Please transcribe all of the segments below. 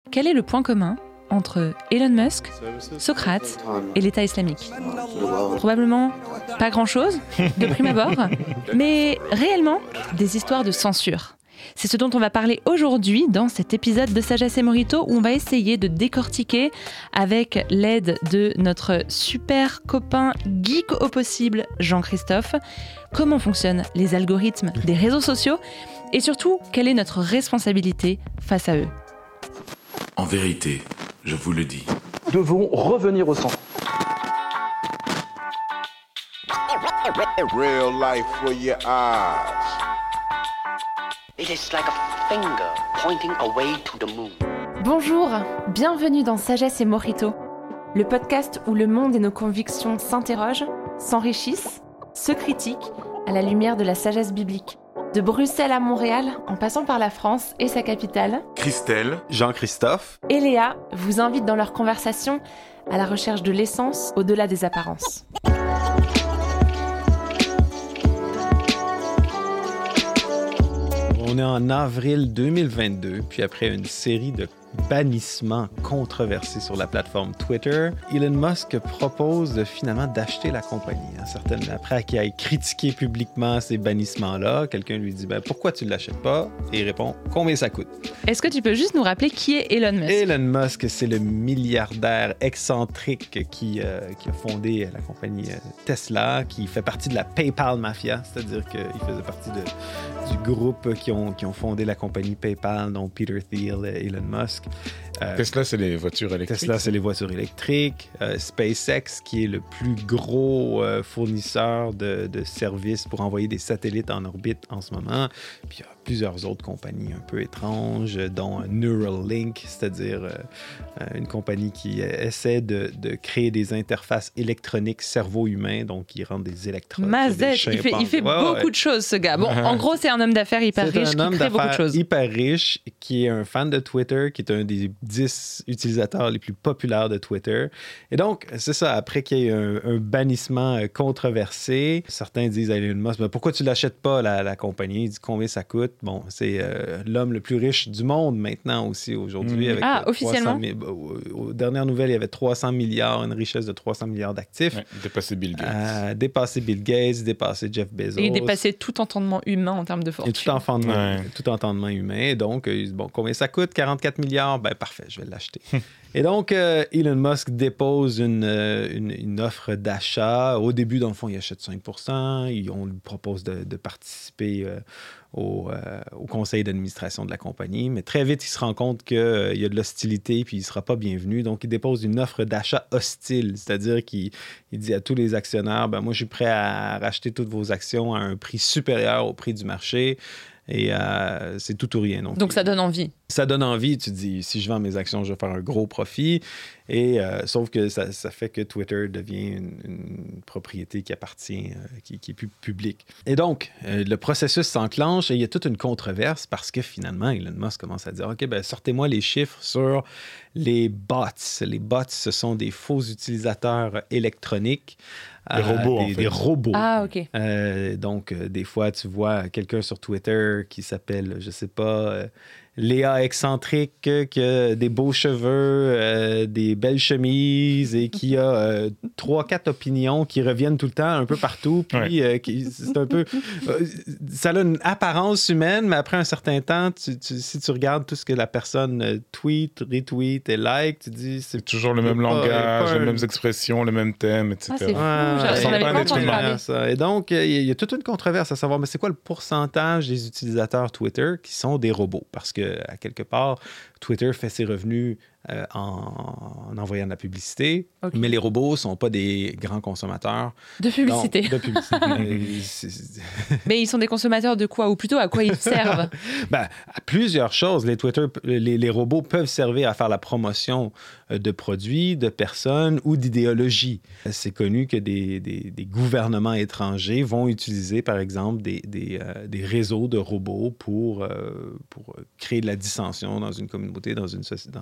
Quel est le point commun entre Elon Musk, Socrate et l'État islamique ? Probablement pas grand-chose, de prime abord, mais réellement des histoires de censure. C'est ce dont on va parler aujourd'hui dans cet épisode de Sagesse et Morito où on va essayer de décortiquer avec l'aide de notre super copain geek au possible, Jean-Christophe, comment fonctionnent les algorithmes des réseaux sociaux et surtout quelle est notre responsabilité face à eux. En vérité, je vous le dis. Nous devons revenir au centre. Real life for your eyes. It is like a finger pointing away to the moon. Bonjour, bienvenue dans Sagesse et Morito, le podcast où le monde et nos convictions s'interrogent, s'enrichissent, se critiquent à la lumière de la sagesse biblique. De Bruxelles à Montréal, en passant par la France et sa capitale, Christelle, Jean-Christophe et Léa vous invitent dans leur conversation à la recherche de l'essence au-delà des apparences. On est en avril 2022, puis après une série de bannissements controversés sur la plateforme Twitter, Elon Musk propose finalement d'acheter la compagnie. Après qu'il ait critiqué publiquement ces bannissements-là, quelqu'un lui dit « Pourquoi tu ne l'achètes pas? » Et il répond « Combien ça coûte? » Est-ce que tu peux juste nous rappeler qui est Elon Musk? Elon Musk, c'est le milliardaire excentrique qui a fondé la compagnie Tesla, qui fait partie de la PayPal Mafia, c'est-à-dire qu'il faisait partie du groupe qui ont fondé la compagnie PayPal, dont Peter Thiel et Elon Musk. Tesla, c'est les voitures électriques. Tesla, c'est les voitures électriques. SpaceX, qui est le plus gros fournisseur de services pour envoyer des satellites en orbite en ce moment. Puis il y a plusieurs autres compagnies un peu étranges, dont Neuralink, c'est-à-dire une compagnie qui essaie de créer des interfaces électroniques cerveau-humain, donc qui rendent des électrodes. Mazette, il fait beaucoup de choses, ce gars. Bon, en gros, c'est un homme d'affaires hyper riche qui crée beaucoup de choses. Hyper riche, qui est un fan de Twitter, qui est un des 10 utilisateurs les plus populaires de Twitter. Et donc, c'est ça, après qu'il y ait un bannissement controversé, certains disent à Elon Musk, pourquoi tu ne l'achètes pas, la compagnie? Il dit combien ça coûte? Bon, c'est l'homme le plus riche du monde maintenant aussi, aujourd'hui. Avec officiellement? Aux dernières nouvelles, il y avait 300 milliards, une richesse de 300 milliards d'actifs. Ouais, dépasser Bill Gates. Dépasser Jeff Bezos. Et dépasser tout entendement humain en termes de fortune. Et tout entendement humain. Donc, combien ça coûte? 44 milliards? Parfait, je vais l'acheter. Et donc, Elon Musk dépose une offre d'achat. Au début, dans le fond, il achète 5%. On lui propose de participer au conseil d'administration de la compagnie. Mais très vite, il se rend compte qu'il y a de l'hostilité puis il ne sera pas bienvenu. Donc, il dépose une offre d'achat hostile. C'est-à-dire qu'il dit à tous les actionnaires, moi, je suis prêt à racheter toutes vos actions à un prix supérieur au prix du marché. Et c'est tout ou rien. Donc ça donne envie. Ça donne envie. Tu te dis, si je vends mes actions, je vais faire un gros profit. Et sauf que ça fait que Twitter devient une propriété qui appartient, qui est plus publique. Et donc, le processus s'enclenche et il y a toute une controverse parce que finalement, Elon Musk commence à dire, OK, sortez-moi les chiffres sur les bots. Les bots, ce sont des faux utilisateurs électroniques. Des robots, en fait. Des robots. Ah, OK. Donc, des fois, tu vois quelqu'un sur Twitter qui s'appelle, je sais pas, Léa excentrique, qui a des beaux cheveux, des belles chemises et qui a 3-4 opinions qui reviennent tout le temps un peu partout. Puis, c'est un peu... ça a une apparence humaine, mais après un certain temps, si tu regardes tout ce que la personne tweet, retweet et like, tu dis... C'est toujours le même langage, les mêmes expressions, les mêmes thèmes, etc. C'est fou. Ça pas d'être humain, ça. Et donc, il y a toute une controverse à savoir, mais c'est quoi le pourcentage des utilisateurs Twitter qui sont des robots? Parce que, à quelque part, Twitter fait ses revenus en envoyant de la publicité, mais les robots ne sont pas des grands consommateurs. De publicité. Donc, de publicité. Mais ils sont des consommateurs de quoi? Ou plutôt, à quoi ils servent? À plusieurs choses. Les robots peuvent servir à faire la promotion de produits, de personnes ou d'idéologies. C'est connu que des gouvernements étrangers vont utiliser, par exemple, des réseaux de robots pour créer de la dissension dans une communauté, dans une société.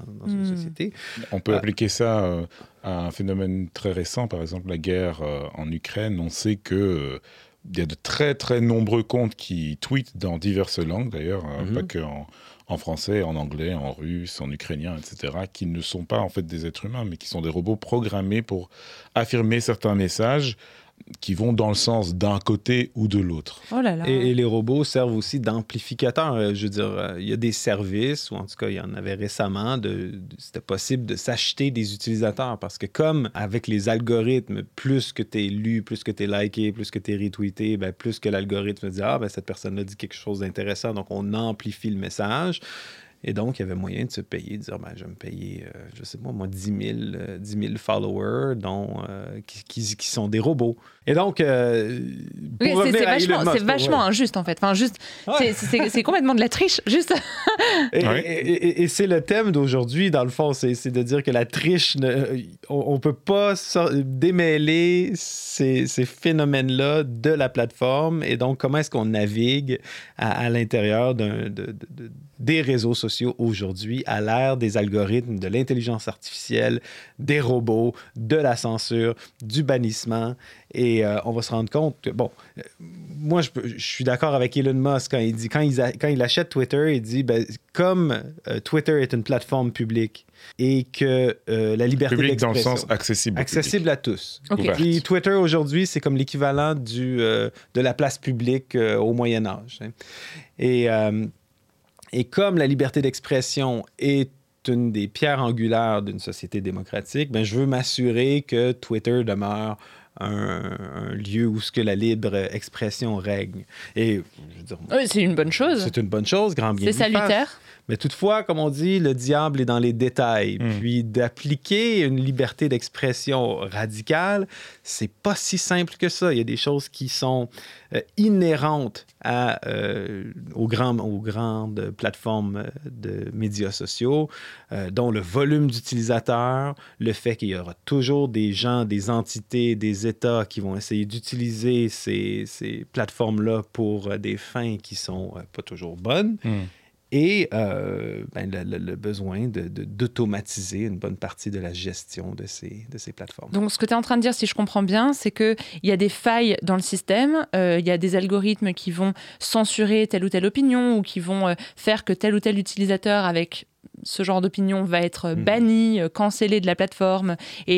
On peut appliquer ça à un phénomène très récent, par exemple la guerre en Ukraine. On sait que il y a de très très nombreux comptes qui tweetent dans diverses langues d'ailleurs, pas que en français, en anglais, en russe, en ukrainien, etc., qui ne sont pas en fait des êtres humains, mais qui sont des robots programmés pour affirmer certains messages qui vont dans le sens d'un côté ou de l'autre. Oh là là. Et les robots servent aussi d'amplificateurs. Je veux dire, il y a des services, ou en tout cas, il y en avait récemment, c'était possible de s'acheter des utilisateurs parce que comme avec les algorithmes, plus que tu es lu, plus que tu es liké, plus que tu es retweeté, ben, plus que l'algorithme dit « Ah, ben, cette personne-là dit quelque chose d'intéressant », donc on amplifie le message. Et donc, il y avait moyen de se payer, de dire, ben, je vais me payer, je sais pas, moi, 10 000 followers, dont, qui sont des robots. Et donc, c'est vachement injuste, en fait. Enfin, juste, ouais. c'est complètement de la triche, juste. Et c'est le thème d'aujourd'hui, dans le fond, c'est de dire que la triche, on ne peut pas démêler ces phénomènes-là de la plateforme. Et donc, comment est-ce qu'on navigue à l'intérieur des réseaux sociaux aujourd'hui, à l'ère des algorithmes, de l'intelligence artificielle, des robots, de la censure, du bannissement. Et on va se rendre compte que, bon, moi, je suis d'accord avec Elon Musk quand il dit, quand il achète Twitter, il dit, ben, comme Twitter est une plateforme publique et que la liberté d'expression... Public dans le sens accessible. Accessible à tous. Okay. Puis Twitter, aujourd'hui, c'est comme l'équivalent de la place publique au Moyen-Âge. Hein. Et comme la liberté d'expression est une des pierres angulaires d'une société démocratique, ben, je veux m'assurer que Twitter demeure un lieu où ce que la libre expression règne. Et, je veux dire, oui, c'est une bonne chose. C'est une bonne chose, grand bien. C'est salutaire. Mais toutefois, comme on dit, le diable est dans les détails. Puis d'appliquer une liberté d'expression radicale, c'est pas si simple que ça. Il y a des choses qui sont inhérentes aux grandes plateformes de médias sociaux, dont le volume d'utilisateurs, le fait qu'il y aura toujours des gens, des entités, des États qui vont essayer d'utiliser ces plateformes-là pour des fins qui sont pas toujours bonnes. Et le besoin d'automatiser une bonne partie de la gestion de ces plateformes. Donc, ce que tu es en train de dire, si je comprends bien, c'est qu'il y a des failles dans le système, il y a des algorithmes qui vont censurer telle ou telle opinion ou qui vont faire que tel ou tel utilisateur avec ce genre d'opinion va être banni, cancellé de la plateforme.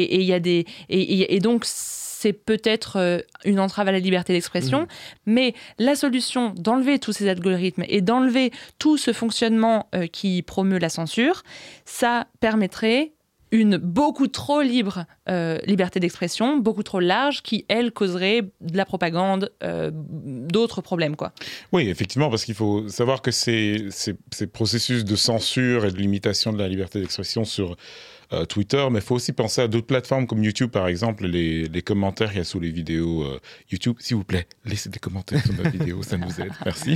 Et donc, c'est peut-être une entrave à la liberté d'expression, mais la solution d'enlever tous ces algorithmes et d'enlever tout ce fonctionnement qui promeut la censure, ça permettrait une beaucoup trop libre liberté d'expression, beaucoup trop large, qui, elle, causerait de la propagande, d'autres problèmes, quoi. Oui, effectivement, parce qu'il faut savoir que ces processus de censure et de limitation de la liberté d'expression sur Twitter, mais il faut aussi penser à d'autres plateformes comme YouTube, par exemple, les commentaires qu'il y a sous les vidéos YouTube. S'il vous plaît, laissez des commentaires sous nos vidéos, ça nous aide, merci.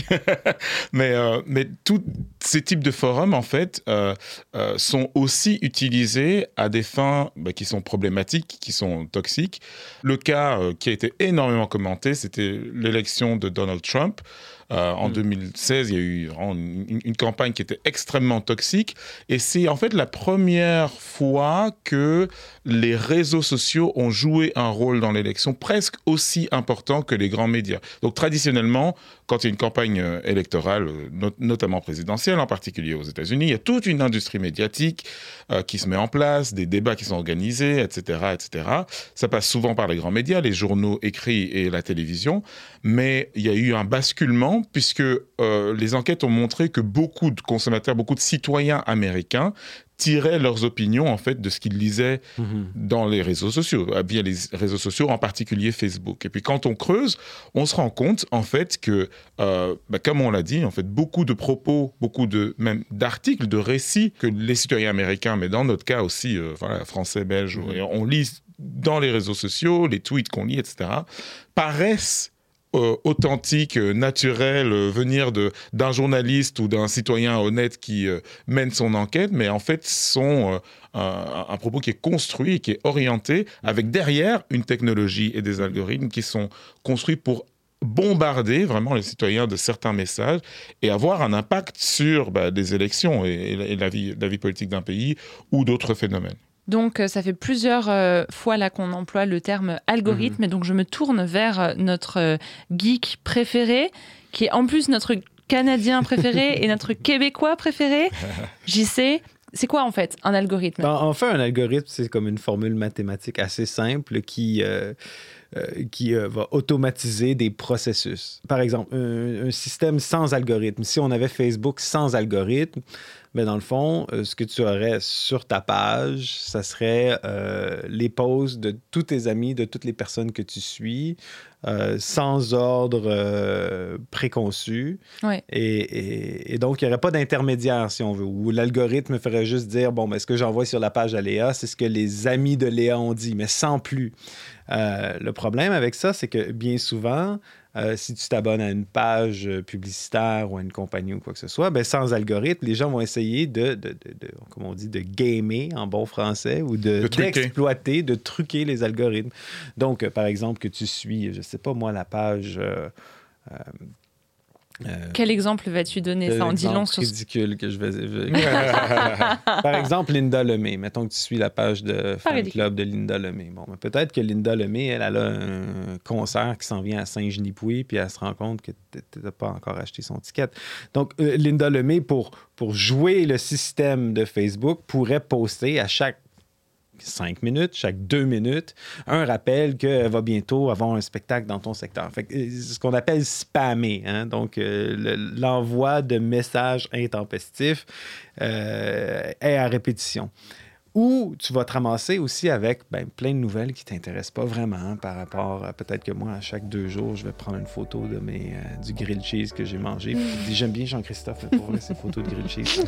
mais tous ces types de forums, en fait, sont aussi utilisés à des fins qui sont problématiques, qui sont toxiques. Le cas qui a été énormément commenté, c'était l'élection de Donald Trump. En 2016, il y a eu une campagne qui était extrêmement toxique. Et c'est en fait la première fois que les réseaux sociaux ont joué un rôle dans l'élection presque aussi important que les grands médias. Donc traditionnellement, quand il y a une campagne électorale, notamment présidentielle, en particulier aux États-Unis, il y a toute une industrie médiatique qui se met en place, des débats qui sont organisés, etc., etc. Ça passe souvent par les grands médias, les journaux écrits et la télévision. Mais il y a eu un basculement puisque les enquêtes ont montré que beaucoup de consommateurs, beaucoup de citoyens américains tiraient leurs opinions en fait de ce qu'ils lisaient dans les réseaux sociaux, via les réseaux sociaux, en particulier Facebook. Et puis quand on creuse, on se rend compte en fait que, comme on l'a dit, en fait, beaucoup de propos, même d'articles, de récits que les citoyens américains, mais dans notre cas aussi, français, belges, on lit dans les réseaux sociaux, les tweets qu'on lit, etc., paraissent authentique, naturel, venir d'un journaliste ou d'un citoyen honnête qui mène son enquête, mais en fait sont un propos qui est construit et qui est orienté avec derrière une technologie et des algorithmes qui sont construits pour bombarder vraiment les citoyens de certains messages et avoir un impact sur des élections et la vie politique d'un pays ou d'autres phénomènes. Donc, ça fait plusieurs fois là qu'on emploie le terme algorithme. Et donc, je me tourne vers notre geek préféré, qui est en plus notre Canadien préféré et notre Québécois préféré. JC, c'est quoi en fait un algorithme? En fait, un algorithme, c'est comme une formule mathématique assez simple qui va automatiser des processus. Par exemple, un système sans algorithme. Si on avait Facebook sans algorithme, mais dans le fond, ce que tu aurais sur ta page, ça serait les posts de tous tes amis, de toutes les personnes que tu suis, sans ordre préconçu. Ouais. Et donc, il n'y aurait pas d'intermédiaire, si on veut, où l'algorithme ferait juste dire, bon, ben, ce que j'envoie sur la page à Léa, c'est ce que les amis de Léa ont dit, mais sans plus. Le problème avec ça, c'est que bien souvent, si tu t'abonnes à une page publicitaire ou à une compagnie ou quoi que ce soit, ben, sans algorithme, les gens vont essayer comme on dit, de gamer en bon français ou d'exploiter, de truquer les algorithmes. Donc, par exemple, que tu suis, je ne sais pas moi, la page... Quel exemple vas-tu donner? Ça en dit long sur ce... ridicule que je vais... Par exemple, Linda Lemay. Mettons que tu suis la page de fan club de Linda Lemay. Bon, mais peut-être que Linda Lemay, elle a un concert qui s'en vient à Saint-Genis-Pouilly, puis elle se rend compte que tu n'as pas encore acheté son ticket. Donc, Linda Lemay, pour jouer le système de Facebook, pourrait poster à chaque 5 minutes, chaque 2 minutes, un rappel qu'elle va bientôt avoir un spectacle dans ton secteur. Fait que, ce qu'on appelle spammer, hein? Donc l'envoi de messages intempestifs est à répétition. Ou tu vas te ramasser aussi avec plein de nouvelles qui ne t'intéressent pas vraiment par rapport à peut-être que moi, à chaque 2 jours, je vais prendre une photo de du grilled cheese que j'ai mangé. Puis, j'aime bien Jean-Christophe pour voir ces photos de grilled cheese.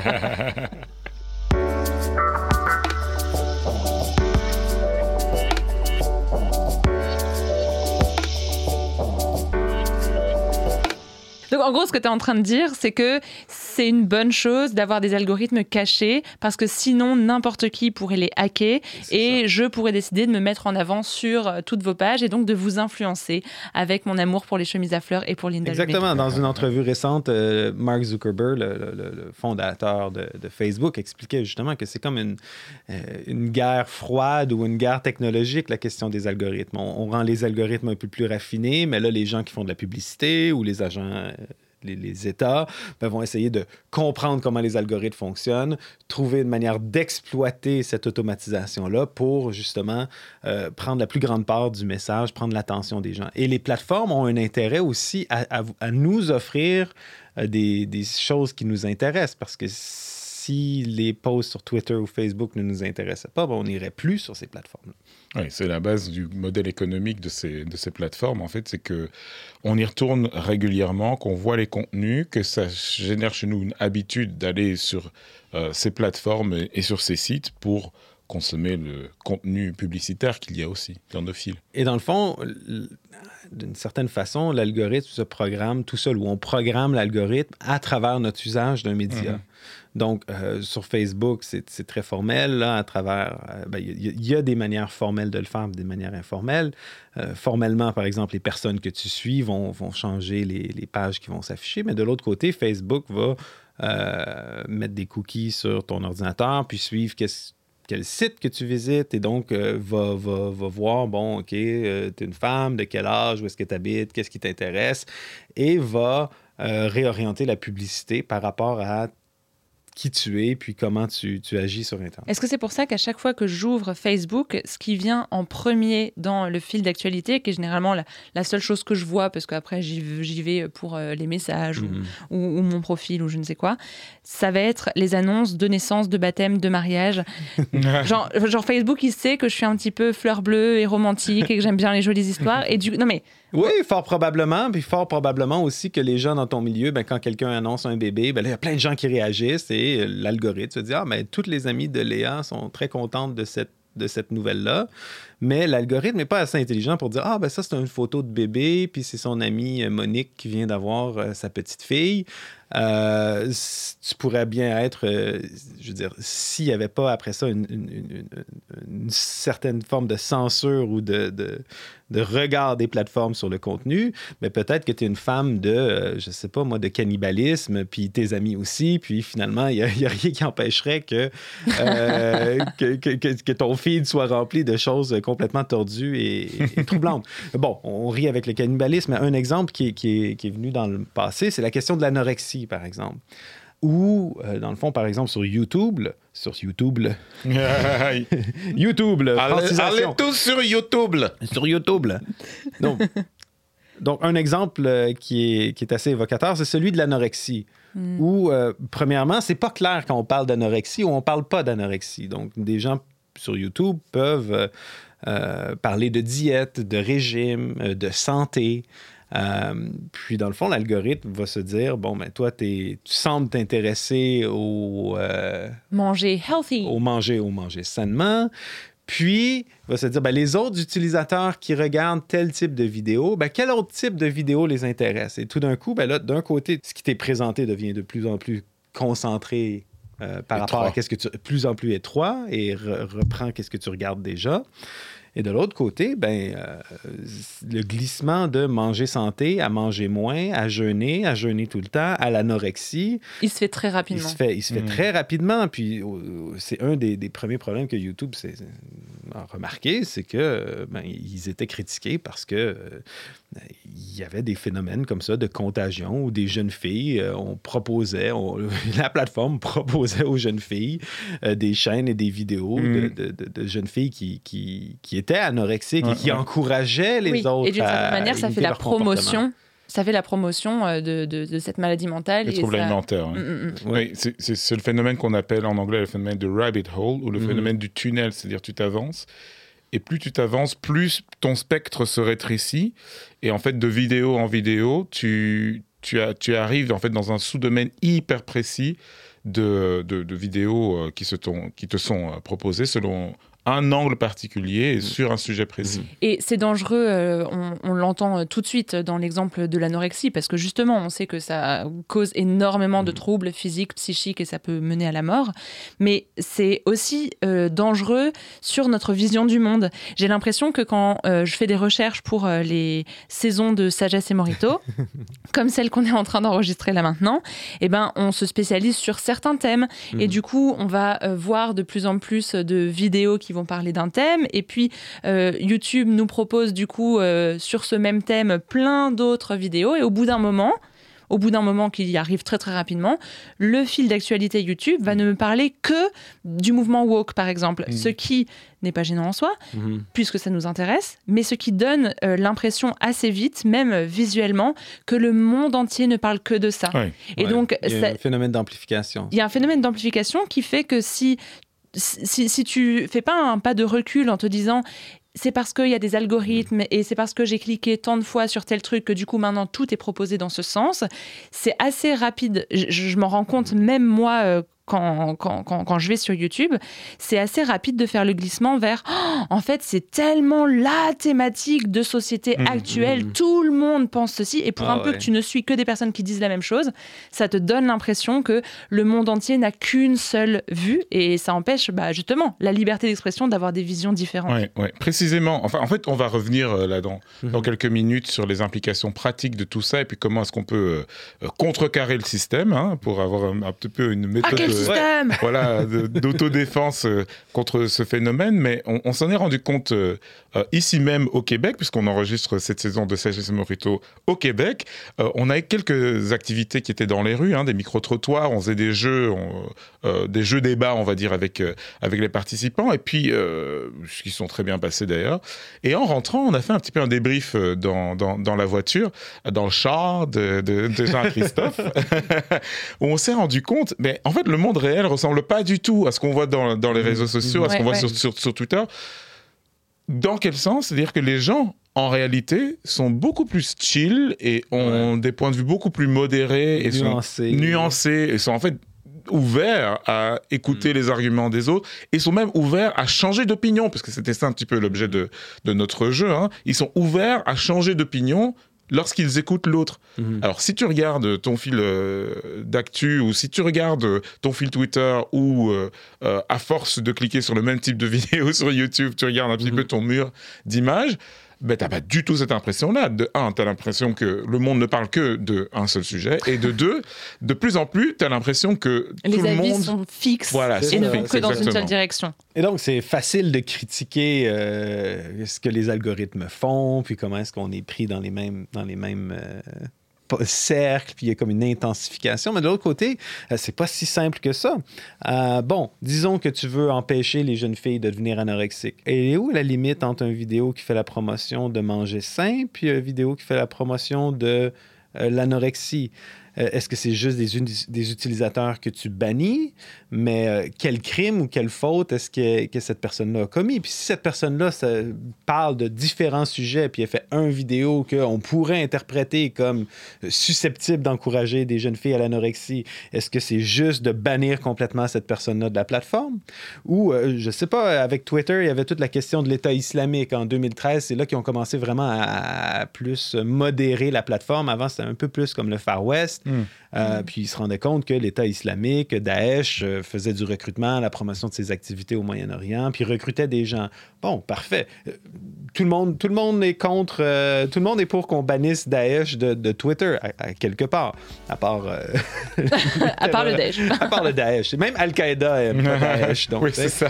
Donc, en gros, ce que tu es en train de dire, c'est que c'est une bonne chose d'avoir des algorithmes cachés parce que sinon, n'importe qui pourrait les hacker et je pourrais décider de me mettre en avant sur toutes vos pages et donc de vous influencer avec mon amour pour les chemises à fleurs et pour Linda Lemay. Exactement. Dans une entrevue récente, Mark Zuckerberg, le fondateur de Facebook, expliquait justement que c'est comme une guerre froide ou une guerre technologique, la question des algorithmes. On rend les algorithmes un peu plus raffinés, mais là, les gens qui font de la publicité ou les agents... Les États vont essayer de comprendre comment les algorithmes fonctionnent, trouver une manière d'exploiter cette automatisation-là pour justement prendre la plus grande part du message, prendre l'attention des gens. Et les plateformes ont un intérêt aussi à nous offrir des choses qui nous intéressent parce que si les posts sur Twitter ou Facebook ne nous intéressaient pas, on n'irait plus sur ces plateformes-là. Oui, c'est la base du modèle économique de ces plateformes, en fait, c'est qu'on y retourne régulièrement, qu'on voit les contenus, que ça génère chez nous une habitude d'aller sur ces plateformes et sur ces sites pour consommer le contenu publicitaire qu'il y a aussi dans nos fils. Et dans le fond, d'une certaine façon, l'algorithme se programme tout seul, ou on programme l'algorithme à travers notre usage d'un média. Mm-hmm. Donc, sur Facebook, c'est très formel. Là, à travers, il y a des manières formelles de le faire, des manières informelles. Formellement, par exemple, les personnes que tu suis vont changer les pages qui vont s'afficher. Mais de l'autre côté, Facebook va mettre des cookies sur ton ordinateur, puis suivre quel site que tu visites, et donc va voir, bon, OK, t'es une femme, de quel âge, où est-ce que tu habites, qu'est-ce qui t'intéresse, et va réorienter la publicité par rapport à qui tu es, puis comment tu agis sur Internet. Est-ce que c'est pour ça qu'à chaque fois que j'ouvre Facebook, ce qui vient en premier dans le fil d'actualité, qui est généralement la seule chose que je vois, parce qu'après j'y vais pour les messages ou mon profil ou je ne sais quoi, ça va être les annonces de naissance, de baptême, de mariage. genre Facebook, il sait que je suis un petit peu fleur bleue et romantique et que j'aime bien les jolies histoires. Et non mais... Oui, fort probablement. Puis fort probablement aussi que les gens dans ton milieu, quand quelqu'un annonce un bébé, là, il y a plein de gens qui réagissent et l'algorithme se dit « Ah, mais toutes les amies de Léa sont très contentes de cette nouvelle-là. » Mais l'algorithme n'est pas assez intelligent pour dire « Ah, ça, c'est une photo de bébé, puis c'est son amie Monique qui vient d'avoir sa petite fille. » tu pourrais bien être, je veux dire, s'il n'y avait pas après ça une certaine forme de censure ou de regard des plateformes sur le contenu, mais peut-être que tu es une femme de, je sais pas moi, de cannibalisme, puis tes amis aussi, puis finalement, il n'y a rien qui empêcherait que ton feed soit rempli de choses complètement tordues et troublantes. Bon, on rit avec le cannibalisme, mais un exemple qui est venu dans le passé, c'est la question de l'anorexie, par exemple. Ou, dans le fond, par exemple, sur YouTube, allez tous sur YouTube. Sur YouTube. Donc, un exemple qui est assez évocateur, c'est celui de l'anorexie. Où, premièrement, c'est pas clair quand on parle d'anorexie ou on parle pas d'anorexie. Donc, des gens sur YouTube peuvent parler de diète, de régime, de santé. Puis, dans le fond, l'algorithme va se dire, bon, ben toi, tu sembles t'intéresser au... manger healthy. Au manger sainement. Puis, il va se dire, ben, les autres utilisateurs qui regardent tel type de vidéo, ben, quel autre type de vidéo les intéresse? Et tout d'un coup, ben là, d'un côté, ce qui t'est présenté devient de plus en plus concentré par rapport à plus en plus étroit et reprend qu'est-ce que tu regardes déjà. Et de l'autre côté, ben, le glissement de manger santé à manger moins, à jeûner tout le temps, à l'anorexie. Il se fait très rapidement. Il se fait très rapidement. Puis c'est un des premiers problèmes que YouTube a remarqué, c'est que ils étaient critiqués parce que il y avait des phénomènes comme ça de contagion où des jeunes filles, la plateforme proposait aux jeunes filles des chaînes et des vidéos de jeunes filles qui étaient anorexiques et qui encourageaient les autres. Et d'une certaine manière, ça fait la promotion. Ça fait la promotion de cette maladie mentale. Les troubles alimentaires. Oui, c'est le phénomène qu'on appelle en anglais le phénomène de rabbit hole ou le phénomène du tunnel, c'est-à-dire tu t'avances. Et plus tu t'avances, plus ton spectre se rétrécit. Et en fait, de vidéo en vidéo, tu arrives en fait dans un sous-domaine hyper précis de vidéos qui te sont proposées selon un angle particulier et sur un sujet précis. Et c'est dangereux, on l'entend tout de suite dans l'exemple de l'anorexie, parce que justement, on sait que ça cause énormément de troubles physiques, psychiques, et ça peut mener à la mort. Mais c'est aussi dangereux sur notre vision du monde. J'ai l'impression que quand je fais des recherches pour les saisons de Sagesse et Morito, comme celle qu'on est en train d'enregistrer là maintenant, eh ben, on se spécialise sur certains thèmes. Et du coup, on va voir de plus en plus de vidéos qui vont parler d'un thème, et puis YouTube nous propose du coup sur ce même thème plein d'autres vidéos, et au bout d'un moment qui y arrive très très rapidement, le fil d'actualité YouTube va ne me parler que du mouvement woke par exemple, ce qui n'est pas gênant en soi, puisque ça nous intéresse, mais ce qui donne l'impression assez vite, même visuellement, que le monde entier ne parle que de ça. Et donc, il y a un phénomène d'amplification. Il y a un phénomène d'amplification qui fait que si tu fais pas un pas de recul en te disant c'est parce qu'il y a des algorithmes et c'est parce que j'ai cliqué tant de fois sur tel truc que du coup maintenant tout est proposé dans ce sens, c'est assez rapide. Je m'en rends compte même moi quand je vais sur YouTube, c'est assez rapide de faire le glissement vers en fait c'est tellement la thématique de société actuelle, tout le monde pense ceci, et pour peu que tu ne suis que des personnes qui disent la même chose, ça te donne l'impression que le monde entier n'a qu'une seule vue, et ça empêche justement la liberté d'expression d'avoir des visions différentes. Oui, précisément. Enfin, en fait, on va revenir là dans quelques minutes sur les implications pratiques de tout ça et puis comment est-ce qu'on peut contrecarrer le système pour avoir un petit peu une méthode d'autodéfense contre ce phénomène. Mais on s'en est rendu compte ici même au Québec, puisqu'on enregistre cette saison de Sagesse et Morito au Québec. On avait quelques activités qui étaient dans les rues, des micro-trottoirs, on faisait des jeux débats, on va dire, avec les participants, et puis, qui sont très bien passés d'ailleurs. Et en rentrant, on a fait un petit peu un débrief dans la voiture, dans le char de Jean-Christophe, où on s'est rendu compte, mais en fait, le monde réel ressemble pas du tout à ce qu'on voit dans les réseaux sociaux, à ce qu'on voit sur Twitter. Dans quel sens ? C'est-à-dire que les gens, en réalité, sont beaucoup plus chill et ont des points de vue beaucoup plus modérés et nuancés et sont en fait ouverts à écouter les arguments des autres et sont même ouverts à changer d'opinion, parce que c'était ça un petit peu l'objet de notre jeu. Ils sont ouverts à changer d'opinion lorsqu'ils écoutent l'autre. Alors, si tu regardes ton fil d'actu ou si tu regardes ton fil Twitter ou à force de cliquer sur le même type de vidéo sur YouTube, tu regardes un petit peu ton mur d'images, ben, t'as pas du tout cette impression-là. De un, t'as l'impression que le monde ne parle que d'un seul sujet. Et de deux, de plus en plus, t'as l'impression que tout le monde... Les avis sont fixes et ne vont que dans une seule direction. Et donc, c'est facile de critiquer ce que les algorithmes font, puis comment est-ce qu'on est pris dans les mêmes cercles, puis il y a comme une intensification. Mais de l'autre côté, c'est pas si simple que ça. Bon, disons que tu veux empêcher les jeunes filles de devenir anorexiques. Et où est la limite entre une vidéo qui fait la promotion de manger sain, puis une vidéo qui fait la promotion de l'anorexie? Est-ce que c'est juste des utilisateurs que tu bannis? Mais quel crime ou quelle faute est-ce que cette personne-là a commis? Puis si cette personne-là parle de différents sujets, puis elle fait une vidéo qu'on pourrait interpréter comme susceptible d'encourager des jeunes filles à l'anorexie, est-ce que c'est juste de bannir complètement cette personne-là de la plateforme? Ou, je sais pas, avec Twitter, il y avait toute la question de l'État islamique en 2013. C'est là qu'ils ont commencé vraiment à plus modérer la plateforme. Avant, c'était un peu plus comme le Far West. Puis ils se rendaient compte que l'État islamique, Daesh, faisait du recrutement, la promotion de ses activités au Moyen-Orient, puis recrutait des gens. Bon, parfait. Tout le monde est contre... tout le monde est pour qu'on bannisse Daesh de Twitter, à quelque part. À part... à part le Daesh. À part le Daesh. Même Al-Qaïda aime pas Daesh. Donc, oui, c'est ça.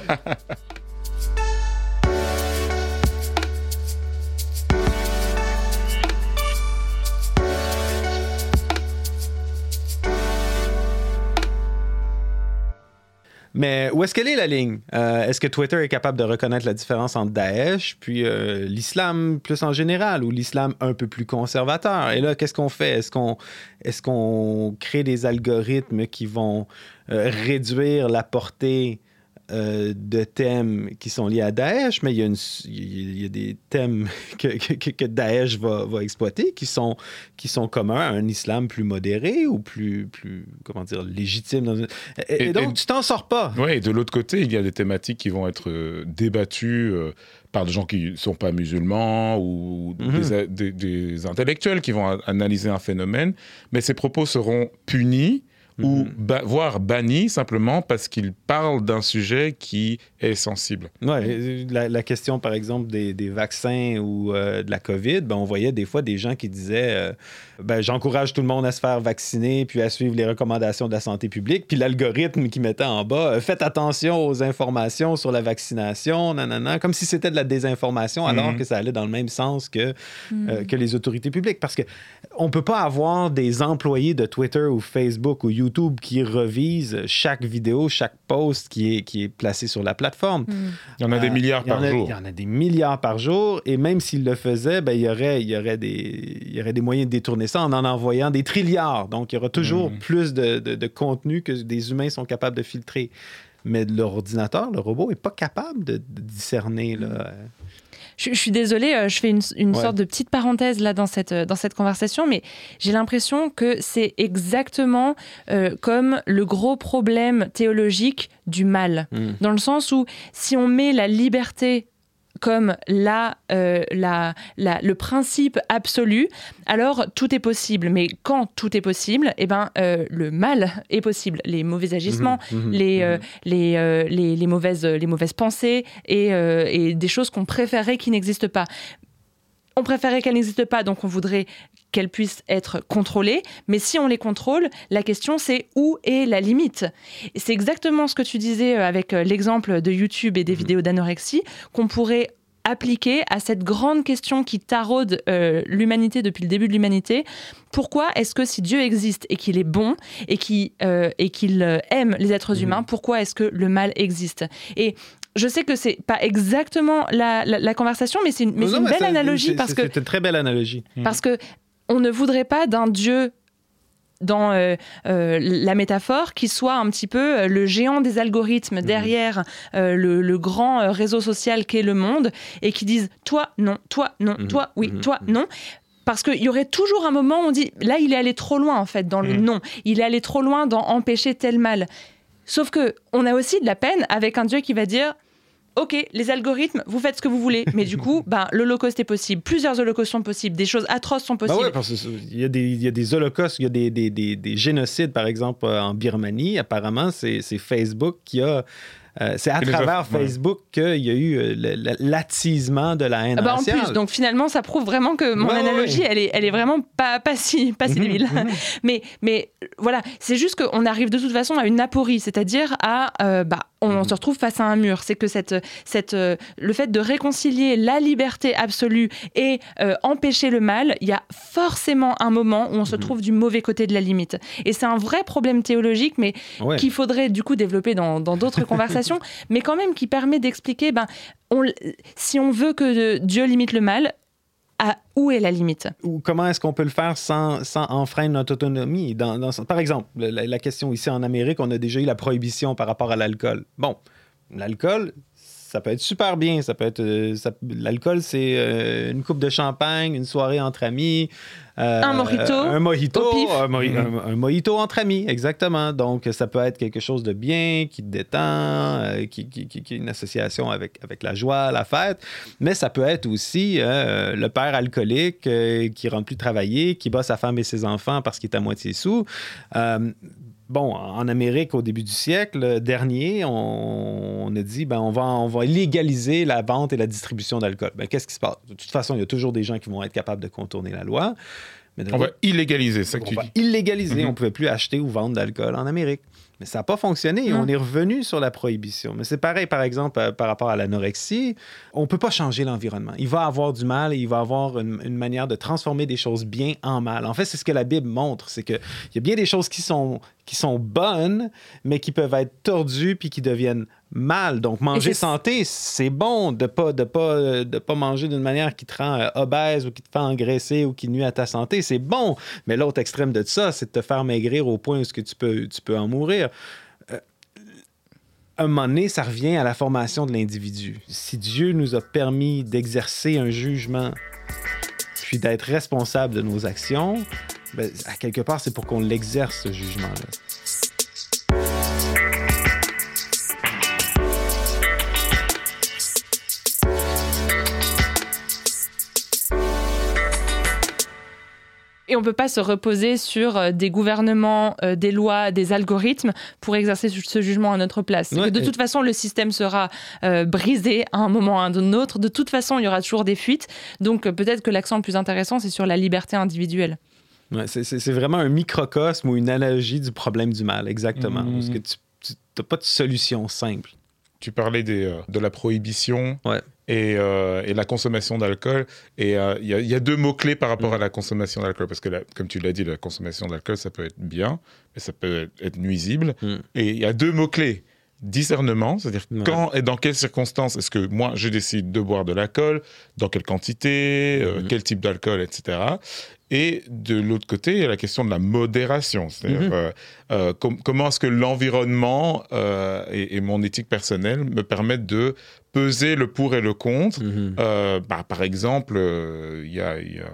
Mais où est-ce qu'elle est, la ligne? Est-ce que Twitter est capable de reconnaître la différence entre Daesh puis l'islam plus en général ou l'islam un peu plus conservateur? Et là, qu'est-ce qu'on fait? Est-ce qu'on crée des algorithmes qui vont réduire la portée de thèmes qui sont liés à Daesh, mais il y a des thèmes que Daesh va exploiter qui sont communs à un islam plus modéré ou plus comment dire, légitime. Et donc, tu t'en sors pas. Oui, et de l'autre côté, il y a des thématiques qui vont être débattues par des gens qui ne sont pas musulmans ou des intellectuels qui vont analyser un phénomène, mais ces propos seront punis ou voire banni simplement parce qu'il parle d'un sujet qui est sensible. Oui, la question, par exemple, des vaccins ou de la COVID, on voyait des fois des gens qui disaient j'encourage tout le monde à se faire vacciner puis à suivre les recommandations de la santé publique, puis l'algorithme qui mettait en bas faites attention aux informations sur la vaccination, comme si c'était de la désinformation, alors que ça allait dans le même sens que les autorités publiques. Parce qu'on ne peut pas avoir des employés de Twitter ou Facebook ou YouTube qui revisent chaque vidéo, chaque post qui est placé sur la plateforme. Il y en a des milliards par jour. Il y en a des milliards par jour, et même s'ils le faisaient, il y aurait des moyens de détourner ça en envoyant des trilliards. Donc, il y aura toujours plus de contenu que des humains sont capables de filtrer. Mais l'ordinateur, le robot, n'est pas capable de discerner, là. Je suis désolée, je fais une sorte de petite parenthèse là dans cette conversation, mais j'ai l'impression que c'est exactement comme le gros problème théologique du mal. Dans le sens où si on met la liberté comme le principe absolu, alors tout est possible. Mais quand tout est possible, le mal est possible. Les mauvais agissements, les mauvaises pensées et des choses qu'on préférerait qui n'existent pas. On préférait qu'elles n'existent pas, donc on voudrait qu'elles puissent être contrôlées. Mais si on les contrôle, la question c'est où est la limite ? Et c'est exactement ce que tu disais avec l'exemple de YouTube et des vidéos d'anorexie qu'on pourrait appliquer à cette grande question qui taraude l'humanité depuis le début de l'humanité. Pourquoi est-ce que si Dieu existe et qu'il est bon et qu'il aime les êtres humains, pourquoi est-ce que le mal existe ? Et je sais que c'est pas exactement la conversation, mais c'est une belle analogie parce que c'est une très belle analogie. Parce que on ne voudrait pas d'un Dieu dans la métaphore qui soit un petit peu le géant des algorithmes derrière le grand réseau social qu'est le monde et qui disent toi non, toi non, toi oui, toi non. Parce qu'il y aurait toujours un moment où on dit là il est allé trop loin en fait dans le non, il est allé trop loin dans empêcher tel mal. Sauf que on a aussi de la peine avec un Dieu qui va dire OK, les algorithmes, vous faites ce que vous voulez, mais du coup, l'Holocauste est possible, plusieurs holocaustes sont possibles, des choses atroces sont possibles. Oui, parce qu'il y a des holocaustes, il y a des génocides, par exemple, en Birmanie. Apparemment, c'est Facebook qui a... c'est à travers Facebook qu'il y a eu l'attisement de la haine raciale. En plus, donc finalement, ça prouve vraiment que mon analogie, elle est vraiment pas si débile. Mais voilà, c'est juste qu'on arrive de toute façon à une aporie, c'est-à-dire on se retrouve face à un mur. C'est que le fait de réconcilier la liberté absolue et empêcher le mal, il y a forcément un moment où on se trouve du mauvais côté de la limite. Et c'est un vrai problème théologique, mais qu'il faudrait du coup développer dans d'autres conversations, mais quand même qui permet d'expliquer, si on veut que Dieu limite le mal, où est la limite? Ou comment est-ce qu'on peut le faire sans enfreindre notre autonomie? Par exemple, la question ici en Amérique, on a déjà eu la prohibition par rapport à l'alcool. Bon, l'alcool, ça peut être super bien. L'alcool, c'est une coupe de champagne, une soirée entre amis. Un mojito. Un mojito entre amis, exactement. Donc, ça peut être quelque chose de bien, qui te détend, qui est une association avec la joie, la fête. Mais ça peut être aussi le père alcoolique qui ne rentre plus travailler, qui bat sa femme et ses enfants parce qu'il est à moitié sous. Bon, en Amérique, au début du siècle dernier, on a dit on va légaliser la vente et la distribution d'alcool. Qu'est-ce qui se passe? De toute façon, il y a toujours des gens qui vont être capables de contourner la loi. Mais on va illégaliser, c'est ça que tu dis. On va illégaliser. On ne pouvait plus acheter ou vendre d'alcool en Amérique. Mais ça n'a pas fonctionné. On est revenu sur la prohibition. Mais c'est pareil, par exemple, par rapport à l'anorexie. On ne peut pas changer l'environnement. Il va avoir du mal et il va avoir une manière de transformer des choses bien en mal. En fait, c'est ce que la Bible montre. C'est qu'il y a bien des choses qui sont bonnes, mais qui peuvent être tordues puis qui deviennent mal. Donc, manger santé, c'est bon de pas manger d'une manière qui te rend obèse ou qui te fait engraisser ou qui nuit à ta santé. C'est bon. Mais l'autre extrême de ça, c'est de te faire maigrir au point où tu peux en mourir. À un moment donné, ça revient à la formation de l'individu. Si Dieu nous a permis d'exercer un jugement puis d'être responsable de nos actions, à quelque part, c'est pour qu'on l'exerce, ce jugement-là. Et on ne peut pas se reposer sur des gouvernements, des lois, des algorithmes pour exercer ce jugement à notre place. Ouais, de toute façon, le système sera brisé à un moment ou à un autre. De toute façon, il y aura toujours des fuites. Donc peut-être que l'accent le plus intéressant, c'est sur la liberté individuelle. Ouais, c'est vraiment un microcosme ou une analogie du problème du mal, exactement. Parce que tu n'as pas de solution simple. Tu parlais de la prohibition et la consommation d'alcool. Et il y a deux mots-clés par rapport à la consommation d'alcool. Parce que, comme tu l'as dit, la consommation d'alcool, ça peut être bien, mais ça peut être nuisible. Et il y a deux mots-clés. Discernement, c'est-à-dire quand et dans quelles circonstances est-ce que moi, je décide de boire de l'alcool, dans quelle quantité, quel type d'alcool, etc. Et de l'autre côté, il y a la question de la modération. C'est-à-dire comment est-ce que l'environnement et mon éthique personnelle me permettent de peser le pour et le contre. Par exemple, il y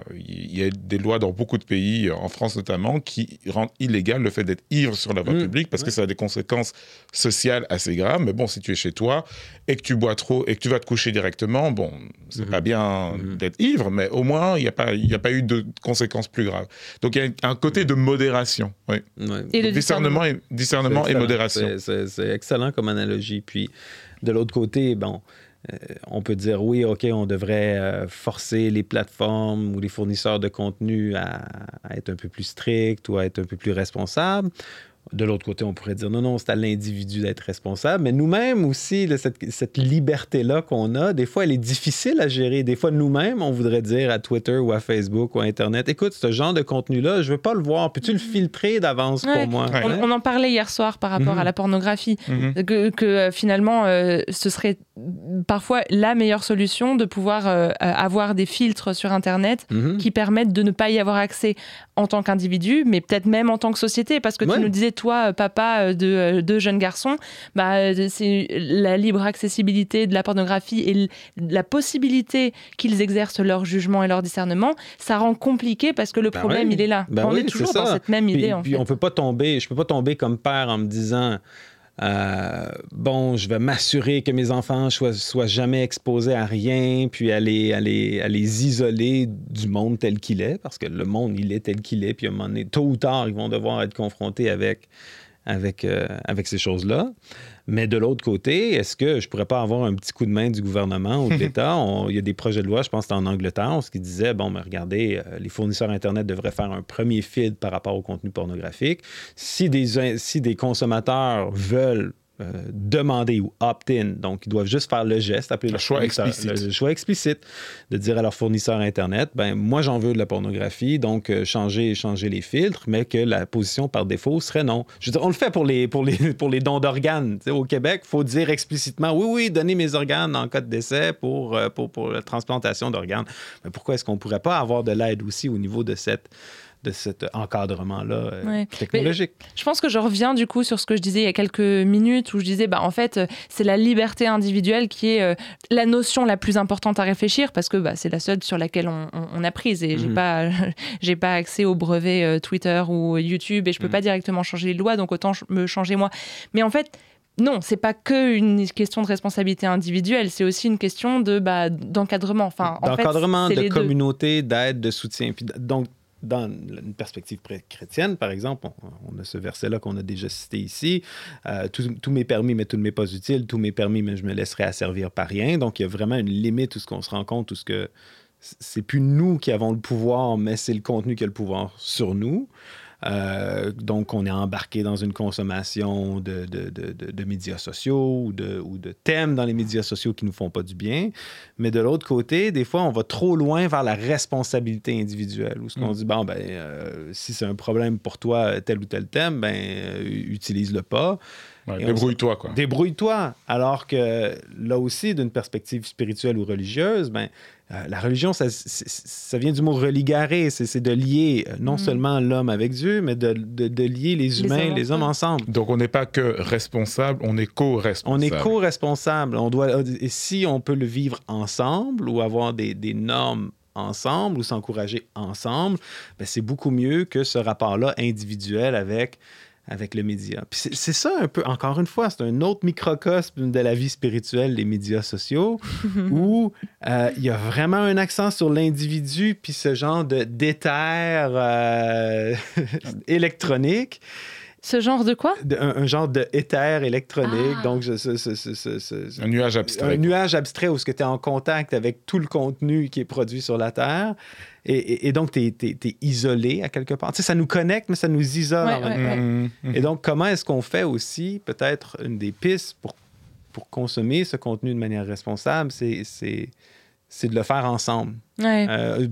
a des lois dans beaucoup de pays, en France notamment, qui rendent illégal le fait d'être ivre sur la voie publique parce que ça a des conséquences sociales assez graves. Mais bon, si tu es chez toi et que tu bois trop et que tu vas te coucher directement, bon, c'est pas bien d'être ivre, mais au moins, il n'y a pas eu de conséquences plus graves. Donc, il y a un côté de modération. Oui. Et le discernement et modération. C'est excellent comme analogie. Puis, de l'autre côté, on peut dire, oui, OK, on devrait forcer les plateformes ou les fournisseurs de contenu à être un peu plus stricts ou à être un peu plus responsables. De l'autre côté, on pourrait dire, non, c'est à l'individu d'être responsable. Mais nous-mêmes aussi, cette liberté-là qu'on a, des fois, elle est difficile à gérer. Des fois, nous-mêmes, on voudrait dire à Twitter ou à Facebook ou à Internet, écoute, ce genre de contenu-là, je veux pas le voir. Peux-tu le filtrer d'avance pour moi? Ouais. On en parlait hier soir par rapport à la pornographie. Que finalement, ce serait parfois la meilleure solution de pouvoir avoir des filtres sur Internet qui permettent de ne pas y avoir accès en tant qu'individu, mais peut-être même en tant que société. Parce que tu nous disais, toi, papa de deux jeunes garçons, c'est la libre accessibilité de la pornographie et la possibilité qu'ils exercent leur jugement et leur discernement, ça rend compliqué parce que le problème, il est là. On est toujours dans cette même idée, en fait. Puis je peux pas tomber comme père en me disant... Bon, je vais m'assurer que mes enfants soient jamais exposés à rien, puis à les isoler du monde tel qu'il est, parce que le monde, il est tel qu'il est, puis à un moment donné, tôt ou tard, ils vont devoir être confrontés avec ces choses-là. Mais de l'autre côté, est-ce que je pourrais pas avoir un petit coup de main du gouvernement ou de l'État? Il y a des projets de loi, je pense que c'était en Angleterre, qui disaient, bon, mais regardez, les fournisseurs Internet devraient faire un premier filtre par rapport au contenu pornographique. Si des consommateurs veulent demander ou opt-in, donc ils doivent juste faire le geste, appeler le choix explicite de dire à leur fournisseur Internet, ben moi j'en veux de la pornographie, donc changer les filtres, mais que la position par défaut serait non. Je veux dire, on le fait pour les dons d'organes. T'sais, au Québec, il faut dire explicitement, oui, donnez mes organes en cas de décès pour la transplantation d'organes. Mais pourquoi est-ce qu'on ne pourrait pas avoir de l'aide aussi au niveau de cet encadrement-là technologique. Mais je pense que je reviens du coup sur ce que je disais il y a quelques minutes où je disais, en fait, c'est la liberté individuelle qui est la notion la plus importante à réfléchir parce que c'est la seule sur laquelle on a prise et j'ai pas accès aux brevets Twitter ou YouTube et je peux pas directement changer les lois, donc autant me changer moi. Mais en fait, non, c'est pas que une question de responsabilité individuelle, c'est aussi une question d'encadrement. Enfin, d'encadrement, de communauté, d'aide, de soutien. Puis donc, dans une perspective chrétienne, par exemple, on a ce verset-là qu'on a déjà cité ici, tout m'est permis, mais tout ne m'est pas utile, tout m'est permis, mais je me laisserai asservir par rien. Donc, il y a vraiment une limite où ce qu'on se rend compte, où ce que c'est plus nous qui avons le pouvoir, mais c'est le contenu qui a le pouvoir sur nous. Donc, on est embarqué dans une consommation de médias sociaux ou de thèmes dans les médias sociaux qui ne nous font pas du bien. Mais de l'autre côté, des fois, on va trop loin vers la responsabilité individuelle, où ce qu'on dit, si c'est un problème pour toi, tel ou tel thème, utilise-le pas. Ouais, débrouille-toi, quoi. Débrouille-toi. Alors que là aussi, d'une perspective spirituelle ou religieuse, la religion, ça vient du mot religare, c'est de lier non seulement l'homme avec Dieu, mais de lier les humains, les hommes ensemble. Donc, on n'est pas que responsable, on est co-responsable. On est co-responsable. Et si on peut le vivre ensemble ou avoir des normes ensemble ou s'encourager ensemble, c'est beaucoup mieux que ce rapport-là individuel avec le média. Puis c'est ça un peu, encore une fois, c'est un autre microcosme de la vie spirituelle, les médias sociaux, où il y a vraiment un accent sur l'individu, puis ce genre d'éther électronique. Ce genre de quoi? Un genre d'éther électronique, donc un nuage abstrait. Un nuage abstrait où tu es en contact avec tout le contenu qui est produit sur la Terre. Et donc, tu es isolé à quelque part. Tu sais, ça nous connecte, mais ça nous isole en même temps. Et donc, comment est-ce qu'on fait aussi, peut-être, une des pistes pour consommer ce contenu de manière responsable, c'est de le faire ensemble. Ouais.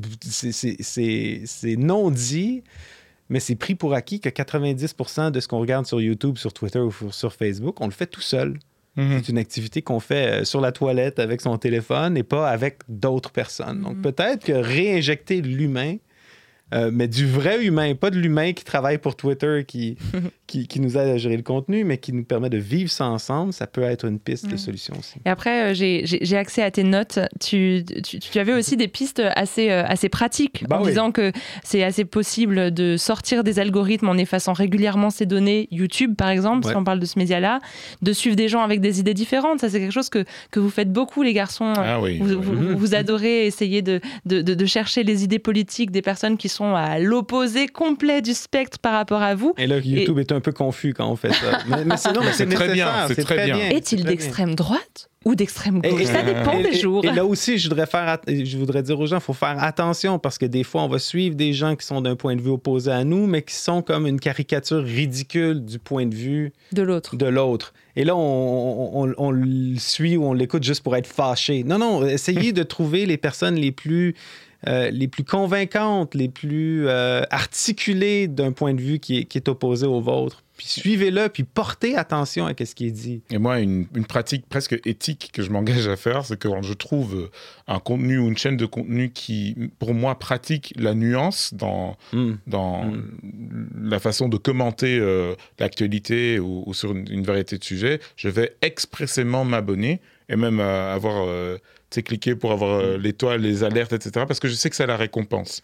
C'est non dit, mais c'est pris pour acquis que 90% de ce qu'on regarde sur YouTube, sur Twitter ou sur Facebook, on le fait tout seul. C'est une activité qu'on fait sur la toilette avec son téléphone et pas avec d'autres personnes. Donc, peut-être que réinjecter l'humain, mais du vrai humain, pas de l'humain qui travaille pour Twitter, qui nous aide à gérer le contenu, mais qui nous permet de vivre ça ensemble, ça peut être une piste de solution aussi. Et après, j'ai accès à tes notes. Tu avais aussi des pistes assez pratiques, disant que c'est assez possible de sortir des algorithmes en effaçant régulièrement ces données. YouTube, par exemple, si on parle de ce média-là, de suivre des gens avec des idées différentes. Ça, c'est quelque chose que vous faites beaucoup, les garçons. Vous adorez essayer de chercher les idées politiques des personnes qui sont à l'opposé complet du spectre par rapport à vous. Et là, YouTube est un peu confus quand on fait ça. Mais c'est très bien. C'est très bien. Est-il d'extrême droite ou d'extrême gauche? Ça dépend des jours. Et là aussi, je voudrais dire aux gens, il faut faire attention parce que des fois, on va suivre des gens qui sont d'un point de vue opposé à nous, mais qui sont comme une caricature ridicule du point de vue de l'autre. Et là, on le suit ou on l'écoute juste pour être fâché. Non, essayez de trouver les personnes les plus convaincantes, les plus articulées d'un point de vue qui est opposé au vôtre. Puis suivez-le, puis portez attention à ce qui est dit. Et moi, une pratique presque éthique que je m'engage à faire, c'est que quand je trouve un contenu ou une chaîne de contenu qui, pour moi, pratique la nuance dans la façon de commenter l'actualité ou sur une variété de sujets, je vais expressément m'abonner. et même avoir cliqué pour avoir l'étoile, les alertes, etc. Parce que je sais que ça la récompense.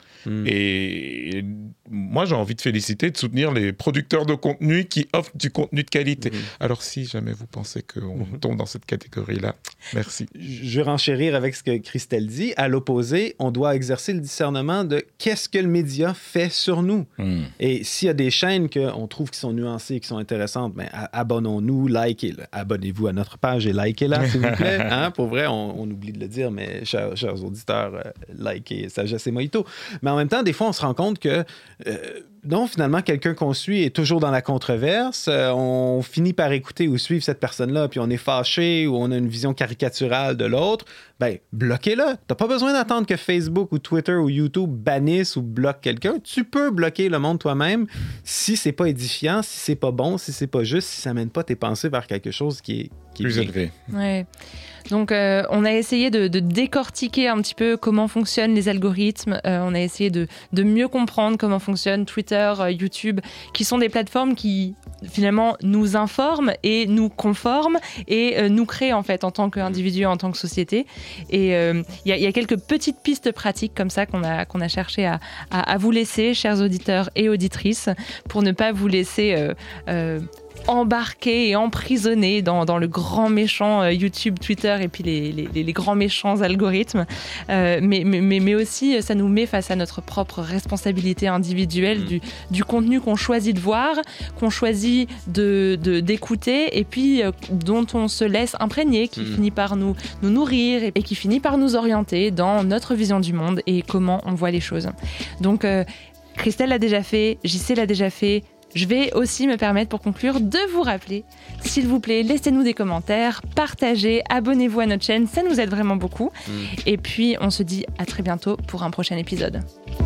Et moi, j'ai envie de féliciter, de soutenir les producteurs de contenu qui offrent du contenu de qualité. Alors, si jamais vous pensez qu'on tombe dans cette catégorie-là, merci. Je vais renchérir avec ce que Christelle dit. À l'opposé, on doit exercer le discernement de qu'est-ce que le média fait sur nous. Et s'il y a des chaînes qu'on trouve qui sont nuancées, qui sont intéressantes, ben, abonnons-nous, likez. Abonnez-vous à notre page et likez-la, s'il vous plaît. Hein? Pour vrai, on oublie de le dire, mais chers auditeurs, likez Sagesse et Mojito. Mais en même temps, des fois, on se rend compte que non, finalement, quelqu'un qu'on suit est toujours dans la controverse. On finit par écouter ou suivre cette personne-là, puis on est fâché ou on a une vision caricaturale de l'autre. Ben, bloquez-le. T'as pas besoin d'attendre que Facebook ou Twitter ou YouTube bannissent ou bloquent quelqu'un. Tu peux bloquer le monde toi-même si c'est pas édifiant, si c'est pas bon, si c'est pas juste, si ça mène pas tes pensées vers quelque chose qui est plus élevé. Ouais. Donc, on a essayé de décortiquer un petit peu comment fonctionnent les algorithmes. On a essayé de mieux comprendre comment fonctionnent Twitter, YouTube, qui sont des plateformes qui, finalement, nous informent et nous conforment et nous créent, en fait, en tant qu'individu, en tant que société. Et il y a quelques petites pistes pratiques comme ça qu'on a cherché à vous laisser, chers auditeurs et auditrices, pour ne pas vous laisser embarqués et emprisonnés dans le grand méchant YouTube, Twitter et puis les grands méchants algorithmes. Mais aussi, ça nous met face à notre propre responsabilité individuelle du contenu qu'on choisit de voir, qu'on choisit d'écouter et puis dont on se laisse imprégner, qui finit par nous nourrir et qui finit par nous orienter dans notre vision du monde et comment on voit les choses. Donc, Christelle l'a déjà fait, JC l'a déjà fait. Je vais aussi me permettre, pour conclure, de vous rappeler, s'il vous plaît, laissez-nous des commentaires, partagez, abonnez-vous à notre chaîne, ça nous aide vraiment beaucoup. Et puis, on se dit à très bientôt pour un prochain épisode.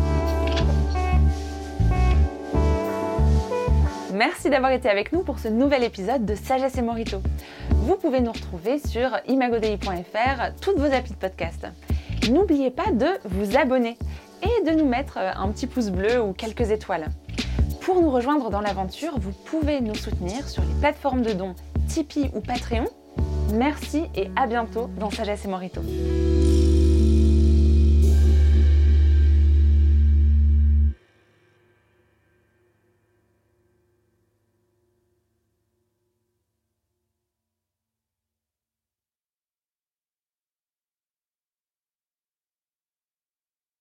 Merci d'avoir été avec nous pour ce nouvel épisode de Sagesse et Mojito. Vous pouvez nous retrouver sur imagodei.fr, toutes vos applis de podcast. N'oubliez pas de vous abonner et de nous mettre un petit pouce bleu ou quelques étoiles. Pour nous rejoindre dans l'aventure, vous pouvez nous soutenir sur les plateformes de dons Tipeee ou Patreon. Merci et à bientôt dans Sagesse et Mojito.